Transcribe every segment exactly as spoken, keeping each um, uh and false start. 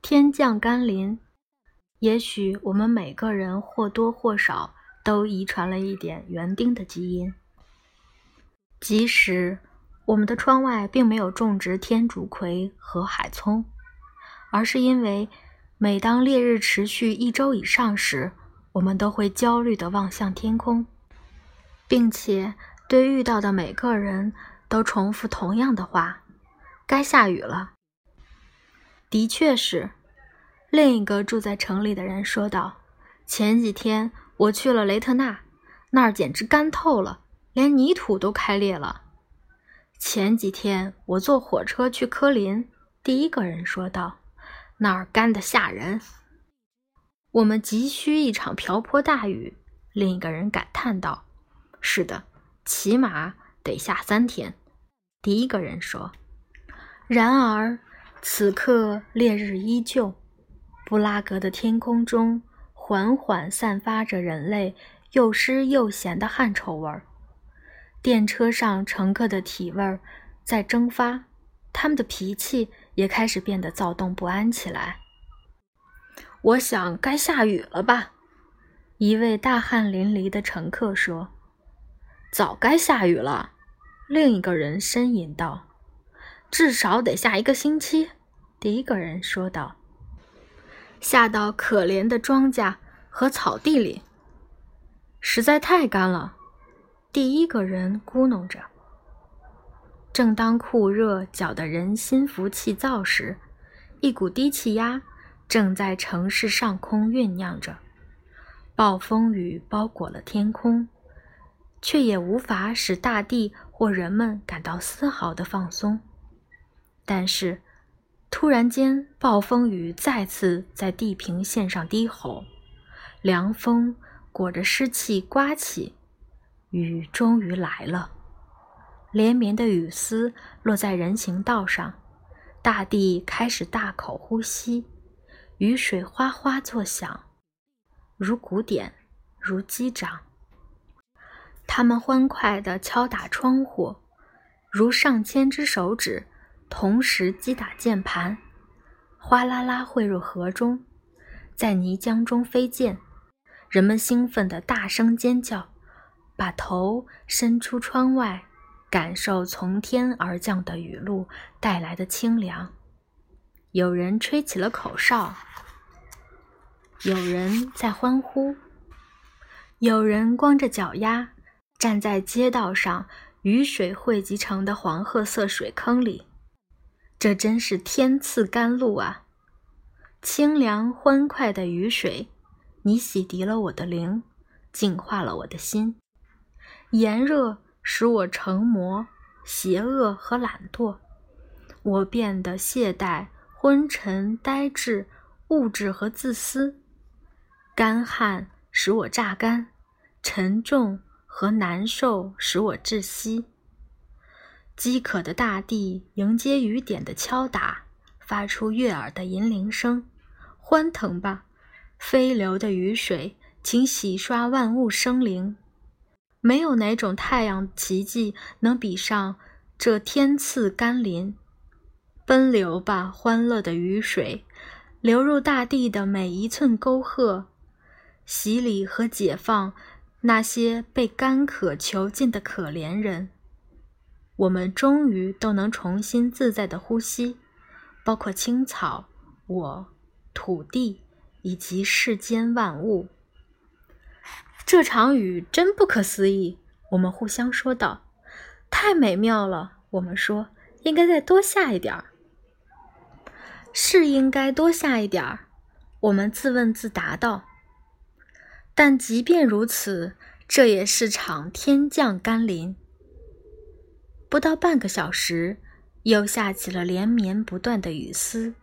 天降甘霖，也许我们每个人或多或少都遗传了一点园丁的基因。即使我们的窗外并没有种植天竺葵和海葱，而是因为每当烈日持续一周以上时，我们都会焦虑地望向天空，并且对遇到的每个人都重复同样的话：该下雨了。的确是，另一个住在城里的人说道，前几天我去了雷特纳，那儿简直干透了，连泥土都开裂了。前几天我坐火车去科林，第一个人说道，那儿干得吓人。我们急需一场瓢泼大雨，另一个人感叹道，是的，起码得下三天，第一个人说。然而此刻烈日依旧，布拉格的天空中缓缓散发着人类又湿又咸的汗臭味儿。电车上乘客的体味在蒸发，他们的脾气也开始变得躁动不安起来。我想该下雨了吧，一位大汗淋漓的乘客说。早该下雨了，另一个人呻吟道。至少得下一个星期，第一个人说道。下到可怜的庄稼和草地里，实在太干了，第一个人咕哝着。正当酷热搅得人心浮气躁时，一股低气压正在城市上空酝酿着，暴风雨包裹了天空，却也无法使大地或人们感到丝毫的放松。但是突然间，暴风雨再次在地平线上低吼，凉风裹着湿气刮起，雨终于来了。连绵的雨丝落在人行道上，大地开始大口呼吸，雨水哗哗作响，如鼓点，如击掌。它们欢快地敲打窗户，如上千只手指同时击打键盘，哗啦啦汇入河中，在泥浆中飞溅。人们兴奋地大声尖叫，把头伸出窗外，感受从天而降的雨露带来的清凉。有人吹起了口哨，有人在欢呼，有人光着脚丫站在街道上雨水汇集成的黄褐色水坑里。这真是天赐甘露啊！清凉欢快的雨水，你洗涤了我的灵，净化了我的心。炎热使我成魔、邪恶和懒惰，我变得懈怠、昏沉、呆滞、物质和自私。干旱使我榨干，沉重和难受使我窒息。饥渴的大地迎接雨点的敲打，发出悦耳的银铃声。欢腾吧，飞流的雨水，请洗刷万物生灵。没有哪种太阳奇迹能比上这天赐甘霖。奔流吧，欢乐的雨水，流入大地的每一寸沟壑，洗礼和解放那些被干渴囚禁的可怜人。我们终于都能重新自在地呼吸，包括青草、我、土地以及世间万物。这场雨真不可思议，我们互相说道。太美妙了，我们说，应该再多下一点儿。是应该多下一点儿，我们自问自答道。但即便如此，这也是场天降甘霖。不到半个小时，又下起了连绵不断的雨丝。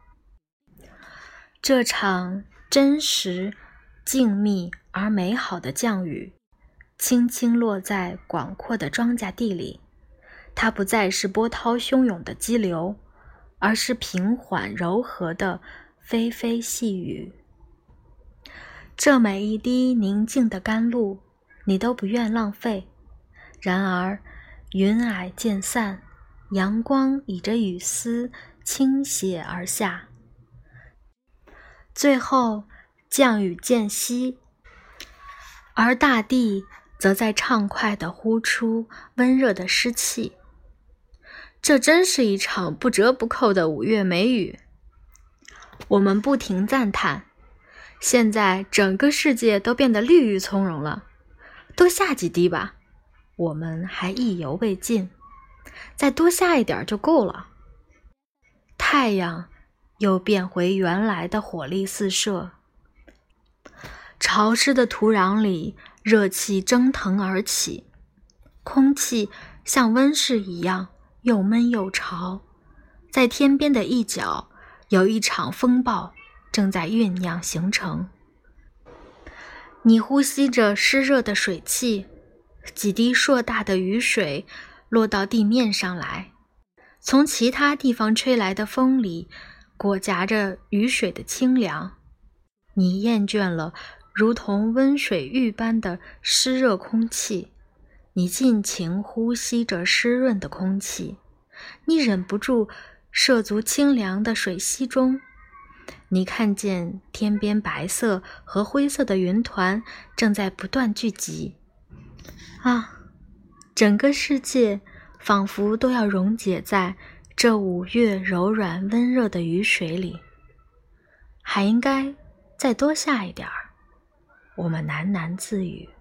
这场真实、静谧而美好的降雨，轻轻落在广阔的庄稼地里。它不再是波涛汹涌的激流，而是平缓柔和的霏霏细雨。这每一滴宁静的甘露，你都不愿浪费。然而云霭渐散，阳光倚着雨丝倾泻而下， 最后降雨渐息，而大地则在畅快地呼出温热的湿气。这真是一场不折不扣的五月梅雨。我们不停赞叹，现在整个世界都变得绿郁葱茏了。多下几滴吧，我们还意犹未尽，再多下一点就够了。太阳又变回原来的火力四射，潮湿的土壤里热气蒸腾而起，空气像温室一样又闷又潮。在天边的一角，有一场风暴正在酝酿形成。你呼吸着湿热的水汽，几滴硕大的雨水落到地面上来，从其他地方吹来的风里裹夹着雨水的清凉。你厌倦了如同温水浴般的湿热空气，你尽情呼吸着湿润的空气，你忍不住涉足清凉的水溪中。你看见天边白色和灰色的云团正在不断聚集。啊，整个世界仿佛都要溶解在这五月柔软温热的雨水里。还应该再多下一点儿，我们喃喃自语。